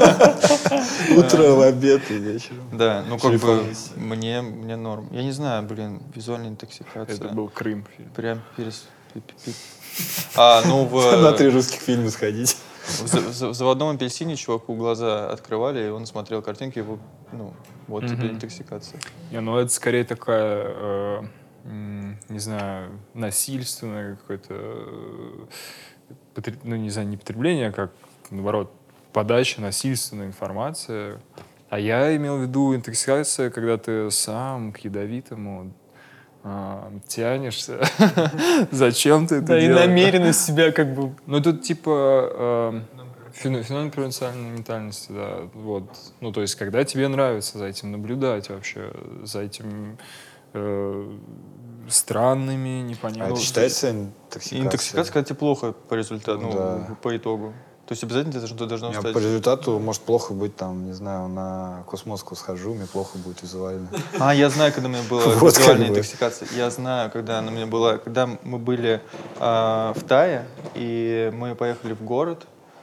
Утро, в обед и вечером. Да, ну как бы Шлифовый. мне, мне норм. Я не знаю, блин, визуальная интоксикация. Это был Крым фильм. Прям перес... пи- пи- пи- А, ну в, На три русских фильма сходить. в, за- в за- в заводном апельсине чуваку глаза открывали, и он смотрел картинки, его, ну, вот тебе Мгм. интоксикация. Не, ну это скорее такая, э, м, не знаю, насильственное какое-то, э, потре- ну не знаю, не потребление, а как, наоборот, подача насильственной информации. А я имел в виду интоксикация, когда ты сам к ядовитому а, тянешься. Зачем ты это Да, и делаешь? намеренно себя как бы... Ну, тут типа э, феномен, феномен провинциальной ментальности, да. Вот. Ну, то есть, когда тебе нравится за этим наблюдать вообще, за этим э, странными, А непонятными. это считается интоксикацией? Интоксикация, когда тебе плохо по результату, ну, Да. по итогу. То есть обязательно это должно, У должно меня стать... по результату может плохо быть, там, не знаю, на Космоску схожу, мне плохо будет визуально. А, я знаю, когда у меня была Вот как визуальная бы. интоксикация. Я знаю, когда она у меня была, когда мы были а, в Тае, и мы поехали в город,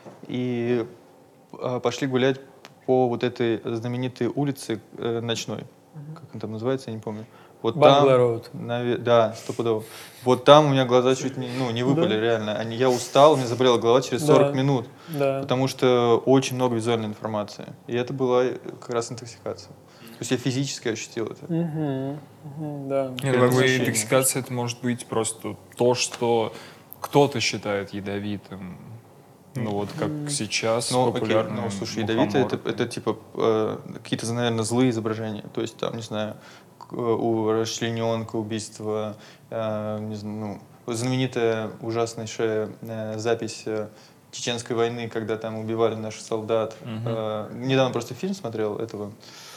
и а, пошли гулять по вот этой знаменитой улице э, ночной. Как она там называется, я не помню. Вот Бангла там, Роуд. наве- да, стопудово. Вот там у меня глаза чуть не, ну, не выпали, Да. реально. Они, я устал, у меня заболела голова через сорок Да. минут, Да. потому что очень много визуальной информации. И это была как раз интоксикация. То есть я физически ощутил это. Мгм. Мгм, да. Не, ну, как бы ощущение. интоксикация это может быть просто то, что кто-то считает ядовитым. Ну вот как сейчас Ну, окей, популярно. ну, слушай, ядовитые это, это типа э, какие-то, наверное, злые изображения. То есть там, не знаю, к- у расчлененка убийство, э, не знаю, ну, знаменитая ужаснейшая э, запись э, Чеченской войны, когда там убивали наших солдат. Э, недавно просто фильм смотрел этого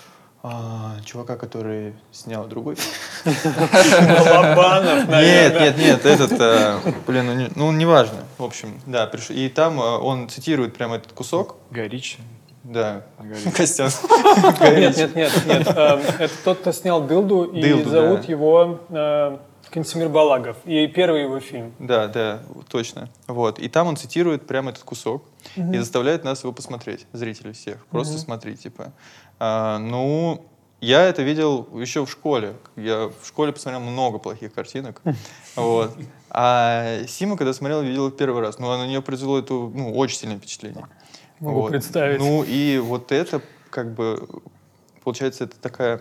а, чувака, который снял другой фильм. Балабанов, Нет, наверное. нет, нет, этот, э, блин, ну, не- ну неважно. В общем, да, приш- и там э, он цитирует прямо этот кусок. Горич. Да, Горич. Костян. Нет, нет, нет, нет. Эм, Это тот, кто снял «Дылду», и «Дылду», зовут да. его э, Кантемир Балагов. И первый его фильм. Да, да, точно. Вот. И там он цитирует прямо этот кусок и заставляет нас его посмотреть, зрителей всех. Просто смотри, типа. А, ну, я это видел еще в школе. Я в школе посмотрел много плохих картинок. Вот. А Сима, когда смотрел, видел в первый раз. Ну, на нее произвело это, ну, очень сильное впечатление. Могу Вот. представить. Ну, и вот это, как бы, получается, это такая,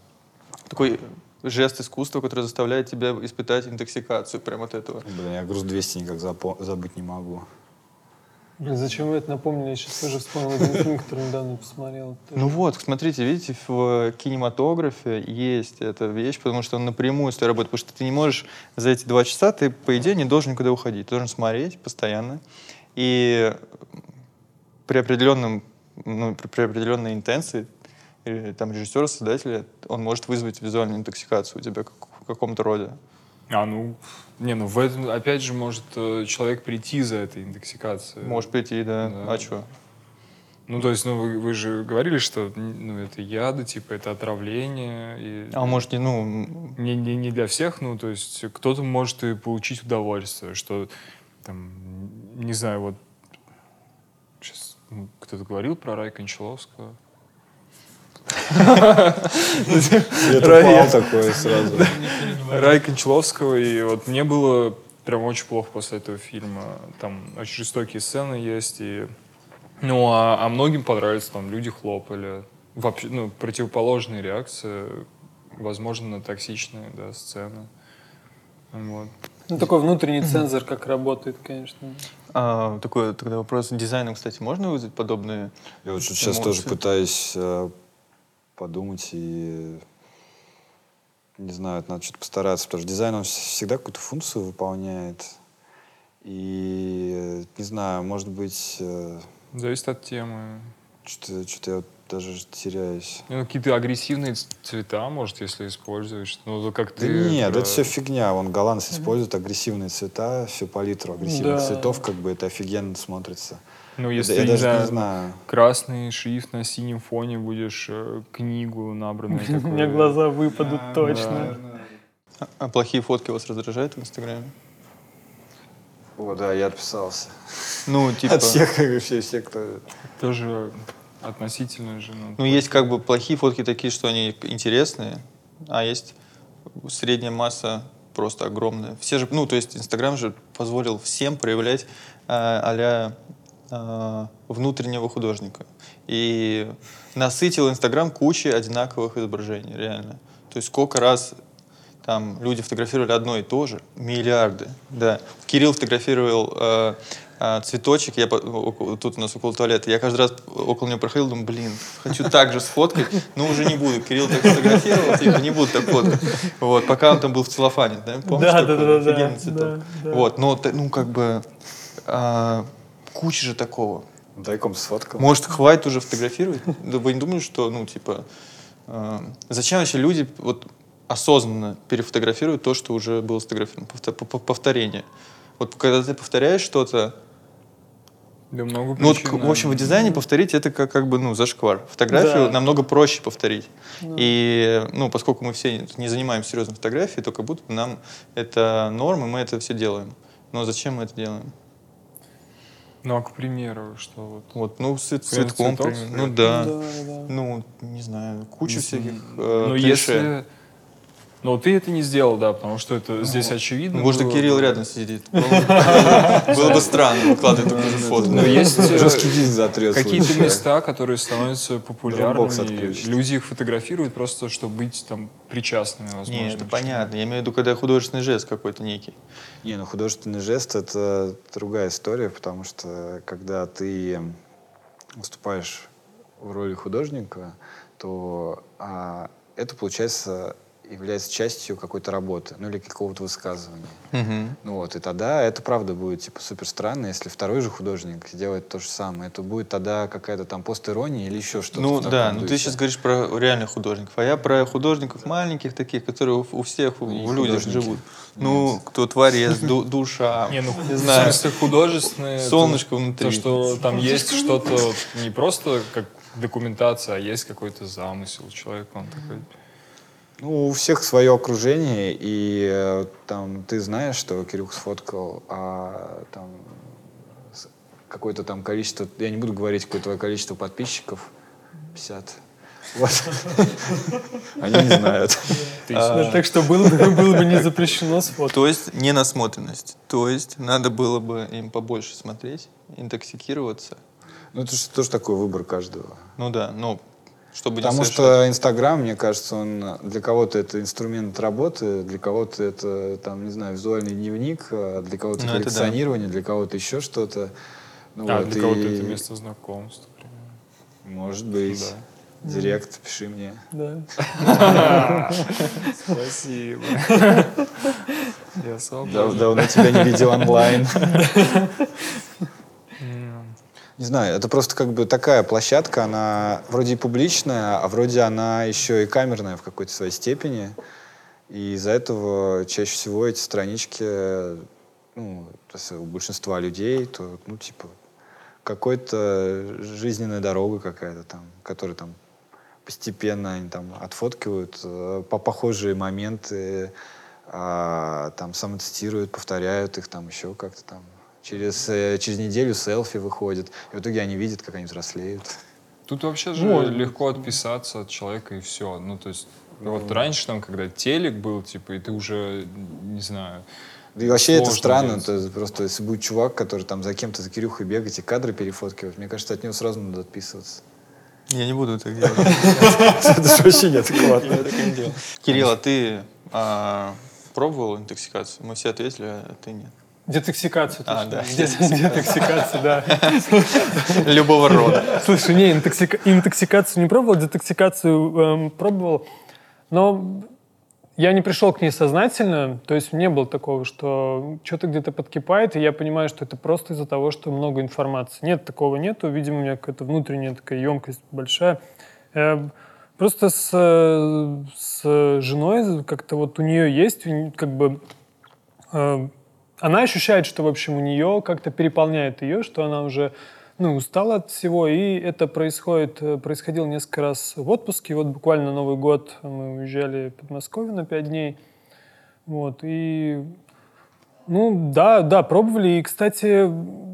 такой жест искусства, который заставляет тебя испытать интоксикацию прямо от этого. Блин, я груз двести никак запо- забыть не могу. Блин, зачем вы это напомнили? Я сейчас тоже вспомнил один фильм, который недавно посмотрел. Тоже. Ну вот, смотрите, видите, в кинематографе есть эта вещь, потому что он напрямую с тобой работает, потому что ты не можешь за эти два часа, ты, по идее, не должен никуда уходить. Ты должен смотреть постоянно. И при определенном, ну, при, при определенной интенции или, там, режиссера, создателя, он может вызвать визуальную интоксикацию у тебя как, в каком-то роде. А, ну, не, ну в этом, опять же, может э, человек прийти за этой интоксикацией. Может прийти, да. Да. А что? Ну, то есть, ну, вы, вы же говорили, что ну, это яды, типа, это отравление. И, А может, не, ну, не, не, не для всех, ну, то есть, кто-то может и получить удовольствие, что, там, не знаю, вот, сейчас ну, кто-то говорил про Райка Кончаловского. Я тупал такое сразу. Рай Кончаловского, и вот мне было прям очень плохо после этого фильма. Там очень жестокие сцены есть, и... Ну, а, а многим понравилось, там люди хлопали. Вообще, ну, противоположные реакции, возможно, на токсичные, да, сцены. Вот. Ну, такой внутренний цензор, как работает, конечно. а, такой тогда вопрос. Дизайном, кстати, можно вызвать подобные Я вот что сейчас тоже эмоции? пытаюсь э, подумать и не знаю, это надо что-то постараться, потому что дизайн, он всегда какую-то функцию выполняет. И э, не знаю, может быть, э, Зависит от темы. что-то, что-то я вот даже теряюсь. Ну, какие-то агрессивные ц- цвета, может, если используешь. Ну, как Да ты... нет, про- это все фигня. Вон голландцы используют агрессивные цвета, всю палитру агрессивных Да. цветов, как бы это офигенно смотрится. Ну, Я- если, я не даже знаю, не знаю. красный шрифт на синем фоне будешь э, книгу набранную У такой. меня глаза выпадут точно. А, а плохие фотки вас раздражают в Инстаграме? О, да, я отписался. Ну, типа... От всех, как бы, все, все, кто... Тоже относительно же. Ну, Ну, есть как бы плохие фотки такие, что они интересные, а есть средняя масса просто огромная. Все же, ну, то есть Инстаграм же позволил всем проявлять э, а-ля э, внутреннего художника. И насытил Инстаграм кучей одинаковых изображений, реально. То есть сколько раз там люди фотографировали одно и то же, миллиарды, да. Кирилл фотографировал э, э, цветочек, я по, около, тут у нас около туалета, я каждый раз около него проходил, думаю, блин, хочу так же сфоткать, но уже не буду. Кирилл так фотографировал, типа, не буду так фоткать. Вот, пока он там был в целлофане, да, помнишь? Да, такой да, да, офигенный да, цветок? да, да. Вот, но, ну, как бы, э, куча же такого. Тайком сфоткал. Может, хватит уже фотографировать? Да вы не думаете, что, ну, типа, э, зачем вообще люди вот осознанно перефотографируют то, что уже было сфотографировано? Повто- Повторение. Вот когда ты повторяешь что-то, Да много ну, вот, причин, в общем, в наверное. дизайне повторить это как, как бы, ну, зашквар. Фотографию Да. намного проще повторить. И, ну, поскольку мы все не занимаемся серьезной фотографией, то как будто бы нам это норма, и мы это все делаем. Но зачем мы это делаем? Ну, а к примеру, что вот... Вот, ну, с Прям цветком, цветок примерно. стоит? Ну, да. Да, да. Ну, не знаю, куча Ну, всяких э, Ну, клише. если... Ну, ты это не сделал, да, потому что это здесь очевидно. Может, и было. Кирилл рядом сидит. Было бы странно выкладывать такую же фото. Но есть э, Жесткий диск затрет. какие-то случайно. места, которые становятся Дропбокс популярными. отключить. Люди их фотографируют просто, чтобы быть там причастными, возможно. Не, это к чему-то. понятно. Я имею в виду, когда художественный жест какой-то некий. Не, ну художественный жест — это другая история, потому что когда ты выступаешь в роли художника, то а, это, получается, является частью какой-то работы, ну или какого-то высказывания. Мгм. Ну вот, и тогда это правда будет типа супер странно, если второй же художник делает то же самое. Это будет тогда какая-то там постирония или еще что-то. Ну в таком да, ну ты духе. сейчас говоришь про реальных художников, а я про художников маленьких таких, которые у, у всех в, И в людях художники. живут. Ну, кто творец, ду- душа, Не, ну, не в знаю, смысле художественное... это солнышко внутри. То, что там есть что-то не просто как документация, а есть какой-то замысел человека. Он такой... Ну, у всех свое окружение, и э, там ты знаешь, что Кирюх сфоткал, а там с- какое-то там количество, я не буду говорить, какое твое количество подписчиков, пятьдесят. Вот. Они не знают. Да, так что было бы, было бы не запрещено сфоткать. То есть ненасмотренность. То есть надо было бы им побольше смотреть, интоксикироваться. Ну, это же тоже такой выбор каждого. Ну да, ну, чтобы не Потому совершать. что Инстаграм, мне кажется, он для кого-то это инструмент работы, для кого-то это, там, не знаю, визуальный дневник, а для кого-то Ну, это да. коллекционирование, для кого-то еще что-то. Ну, А, вот, для кого-то и- это место знакомств, например. Может быть. Да. Директ, пиши мне. Да. Спасибо. Я Дав- свободен. Давно тебя не видел онлайн. Не знаю, это просто как бы такая площадка, она вроде и публичная, а вроде она еще и камерная в какой-то своей степени. И из-за этого чаще всего эти странички, ну, то есть у большинства людей, то, ну, типа, какой-то жизненная дорога какая-то там, которая там постепенно они там отфоткивают э, по похожие моменты, а, там самотестируют, повторяют их там еще как-то там. Через, э, через неделю селфи выходят, и в итоге они видят, как они взрослеют. Тут вообще же Может легко отписаться от человека и все. Ну, то есть, вот раньше там, когда телек был, типа, и ты уже, не знаю... Да и вообще это сложно странно, делать. то есть просто если будет чувак, который там за кем-то, за Кирюхой бегать и кадры перефоткивать, мне кажется, от него сразу надо отписываться. Я не буду так делать. Это же вообще неадекватно. Я так не делал. Кирилл, а ты а, пробовал интоксикацию? Мы все ответили, а ты нет. Детоксикацию. А, точно. да. Де- Детоксикацию, да. Любого рода. Слушай, не, интоксика- интоксикацию не пробовал, детоксикацию эм, пробовал, но я не пришел к ней сознательно, то есть не было такого, что что-то где-то подкипает, и я понимаю, что это просто из-за того, что много информации. Нет, такого нету, видимо, у меня какая-то внутренняя такая емкость большая. Э, Просто с, э, с женой как-то вот у нее есть, как бы, э, она ощущает, что, в общем, у нее как-то переполняет ее, что она уже, ну, устала от всего, и это происходит, э, происходило несколько раз в отпуске. Вот буквально на Новый год мы уезжали в Подмосковье на пять дней. Вот, и, ну, да, да, пробовали. И, кстати,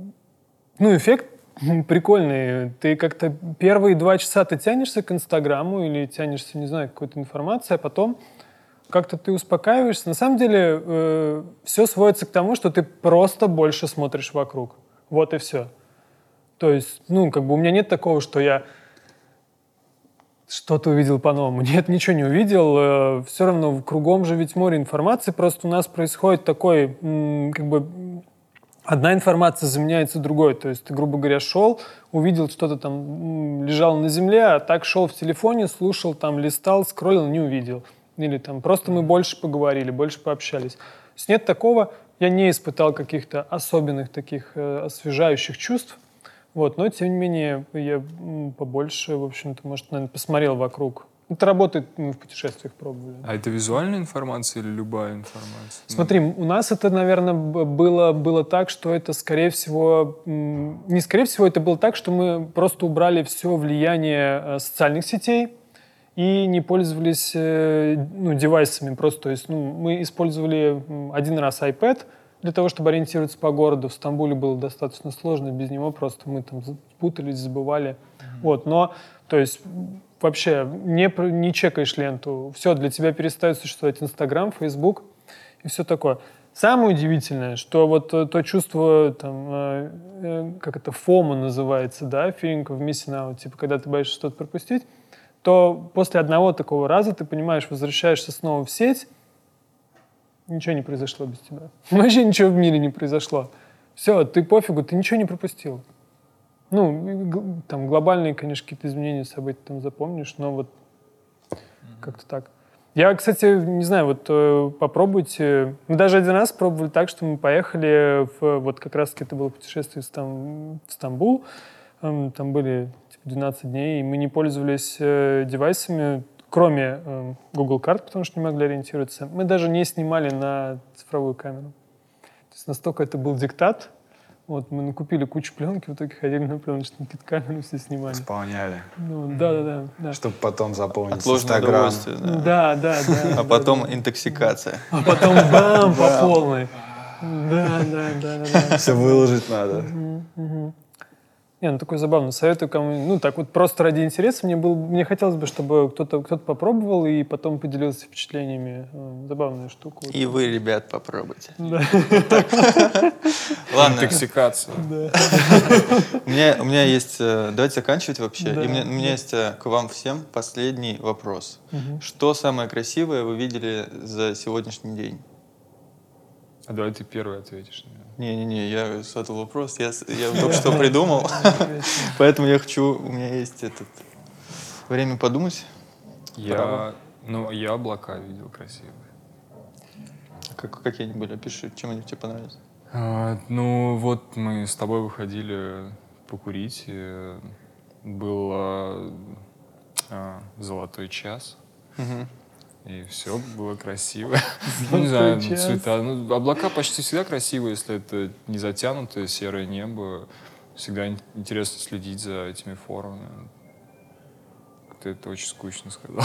ну, эффект прикольный. Ты как-то первые два часа ты тянешься к Инстаграму или тянешься, не знаю, к какой-то информации, а потом как-то ты успокаиваешься. На самом деле э, все сводится к тому, что ты просто больше смотришь вокруг. Вот и все. То есть, ну, как бы у меня нет такого, что я что-то увидел по-новому. Нет, ничего не увидел. Все равно кругом же ведь море информации. Просто у нас происходит такой, как бы, одна информация заменяется другой. То есть ты, грубо говоря, шел, увидел что-то там, лежало на земле, а так шел в телефоне, слушал, там, листал, скроллил, не увидел. Или там просто мы больше поговорили, больше пообщались. То есть нет такого, я не испытал каких-то особенных таких э, освежающих чувств. Вот, но, тем не менее, я побольше, в общем-то, может, наверное, посмотрел вокруг. Это работает, мы в путешествиях пробовали. А это визуальная информация или любая информация? Смотри, у нас это, наверное, было, было так, что это, скорее всего... Не скорее всего, это было так, что мы просто убрали все влияние социальных сетей и не пользовались ну, девайсами. Просто, то есть, ну, мы использовали один раз iPad, для того, чтобы ориентироваться по городу. В Стамбуле было достаточно сложно, без него просто мы там путались, забывали. Mm-hmm. Вот, но, то есть, вообще не, не чекаешь ленту, все, для тебя перестает существовать Инстаграм, Фейсбук и все такое. Самое удивительное, что вот то чувство, там, э, как это, фомо называется, да, feeling of missing out, типа, когда ты боишься что-то пропустить, то после одного такого раза ты понимаешь, возвращаешься снова в сеть, ничего не произошло без тебя. Вообще ничего в мире не произошло. Все, ты пофигу, ты ничего не пропустил. Ну, там глобальные, конечно, какие-то изменения, события там запомнишь, но вот mm-hmm. как-то так. Я, кстати, не знаю, вот попробуйте. Мы даже один раз пробовали так, что мы поехали, в, вот как раз-таки это было путешествие в, Стам, в Стамбул. Там были типа двенадцать дней, и мы не пользовались девайсами, кроме э, Google карт, потому что не могли ориентироваться. Мы даже не снимали на цифровую камеру. То есть настолько это был диктат. Вот, мы накупили кучу пленки, в итоге ходили на пленочную камеру, все снимали. Исполняли. Ну, да, да, да, да. Чтобы потом заполнить Отложенное Инстаграм. удовольствие, да. Да, да, да. А потом интоксикация. А потом бам, по полной. Да, да, да, да. Все выложить надо. Не, ну такой забавный. Советую кому-нибудь. Ну, так вот просто ради интереса. Мне, был, мне хотелось бы, чтобы кто-то, кто-то попробовал и потом поделился впечатлениями. Забавная штука. И вы, ребят, попробуйте. Да. Ладно. Интоксикация. Да. У меня, у меня есть... Давайте заканчивать вообще. Да. И у меня, у меня есть к вам всем последний вопрос. Угу. Что самое красивое вы видели за сегодняшний день? А давай ты первый ответишь. Не-не-не, я задал вопрос, я, я только что придумал, поэтому я хочу, у меня есть этот время подумать. Я, ну, я облака видел красивые. Как, какие они были? Опиши, чем они тебе понравились. А, ну, вот мы с тобой выходили покурить, и был а, а, золотой час. Угу. И все было красиво. Ну, не знаю, цвета. Ну, облака почти всегда красивые, если это не затянутое серое небо. Всегда интересно следить за этими формами. Ты это очень скучно сказал.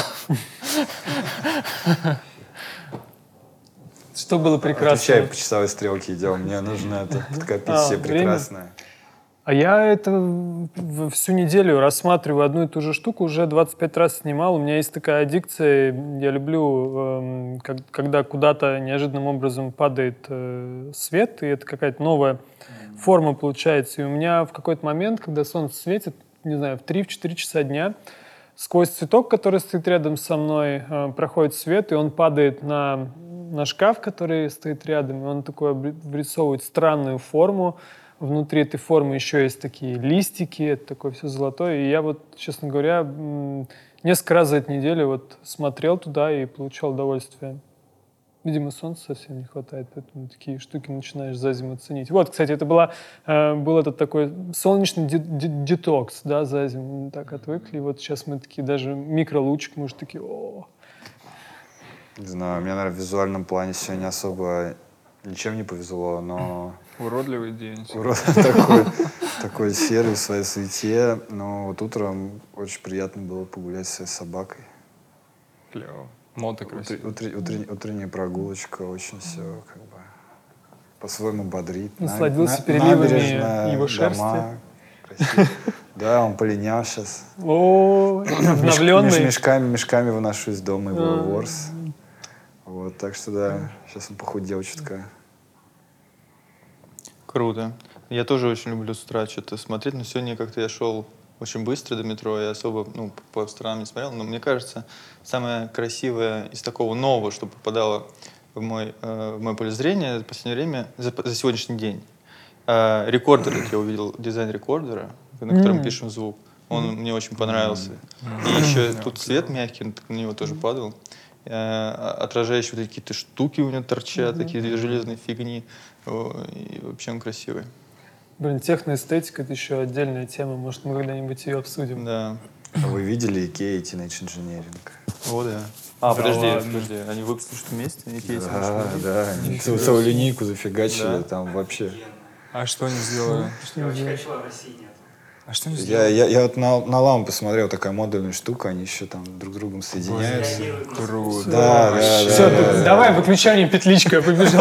Что было прекрасно? Отвечай по часовой стрелке идем. Мне нужно это подкопить а, все время? прекрасное. А я это всю неделю рассматриваю одну и ту же штуку, уже двадцать пять раз снимал. У меня есть такая аддикция, я люблю, э, как, когда куда-то неожиданным образом падает э, свет, и это какая-то новая форма получается. И у меня в какой-то момент, когда солнце светит, не знаю, в три-четыре часа дня, сквозь цветок, который стоит рядом со мной, э, проходит свет, и он падает на, на шкаф, который стоит рядом, и он такой обрисовывает странную форму. Внутри этой формы еще есть такие листики, это такое все золотое. И я вот, честно говоря, несколько раз за эту неделю вот смотрел туда и получал удовольствие. Видимо, солнца совсем не хватает, поэтому такие штуки начинаешь за зиму ценить. Вот, кстати, это была, был этот такой солнечный детокс, да, за зиму. Мы так отвыкли. И вот сейчас мы такие, даже микролучик, может, такие, о. Не знаю, мне, наверное, в визуальном плане сегодня особо ничем не повезло, но... Уродливый день. Урод, такой, такой серый в своей суете. Но вот утром очень приятно было погулять со своей собакой. Клево. Мота красивая. Утр, утр, утр, утренняя прогулочка, очень все как бы по-своему бодрит. Насладился на, переливами его шерсти. Дома, красиво. Да, он полинял сейчас. О, обновленный. Мешками, мешками выношу из дома его ворс. Вот, так что да, сейчас он похудел чутка. Круто. Я тоже очень люблю с утра что-то смотреть, но сегодня как-то я шел очень быстро до метро, я особо ну, по сторонам не смотрел. Но мне кажется, самое красивое из такого нового, что попадало в мой, э, в мое поле зрения в последнее время, за, за сегодняшний день. Э, рекордер, я увидел дизайн рекордера, на котором Mm. пишем звук. Он мне очень понравился. И еще тут свет мягкий, он на него тоже падал. Э, отражающие вот какие-то штуки у него торчат, такие железные фигни. О, и вообще он красивый. Блин, техноэстетика — это еще отдельная тема. Может, мы когда-нибудь ее обсудим. Да. А вы видели Икеа и Teenage Engineering? О, да. А, Да подожди, ладно. подожди. Они выпустили что вместе? Икеа, Teenage Да, Engineering? да, они целую целую линейку зафигачили, Да. там вообще. А что они сделали? Я очень хочу, а в России нет. А что они Я, сделали? я, я вот на, на лампу посмотрел, такая модульная штука, они еще там друг с другом соединяются. Реагируют на Круто. Да, да, Вообще. да, Все, да, да. давай, выключание, петличка, я побежал.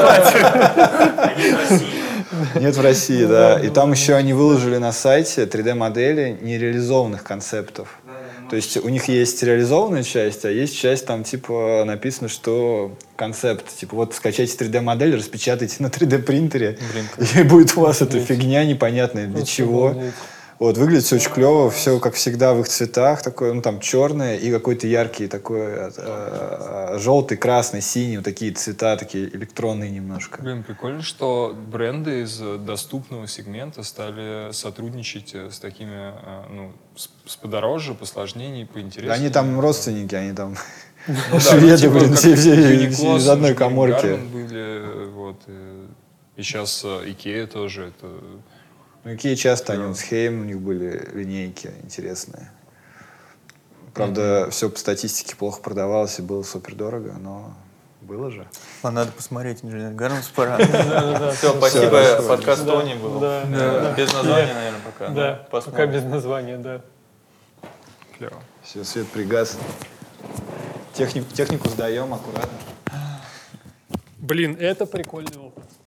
Они в России. Нет в России, да. И там еще они выложили на сайте три дэ-модели нереализованных концептов. То есть у них есть реализованная часть, а есть часть, там типа написано, что концепт. Типа вот скачайте три дэ-модель, распечатайте на три дэ-принтере, Блин, и будет у вас эта фигня непонятная для чего. Обалдеть. Вот, выглядит все очень клево, все как всегда в их цветах, такое, ну там черное и какой-то яркий такой э, э, желтый, красный, синий, вот такие цвета, такие электронные немножко. Блин, прикольно, что бренды из доступного сегмента стали сотрудничать с такими, э, ну, с, с подороже, посложнее, поинтереснее. Они там родственники, они там Ну да, шведы, ну, типа, блин, как все, все Uniqlo из с одной Engineering каморки. Garment были, вот, и, и сейчас Икеа тоже, это... Ну, Икеа часто, они вот с Хейм, у них были линейки интересные. Правда, все по статистике плохо продавалось и было супер дорого, но было же. А надо посмотреть, инженер Гармс, пора. Да-да-да. Все, спасибо, хорошо. подкаст Да, Тони был. да, Э, да. Без названия, наверное, пока. Да, пока Посмотрим. без названия, да. Клево. Все, свет пригас. Технику, технику сдаем аккуратно. Блин, это прикольный опыт.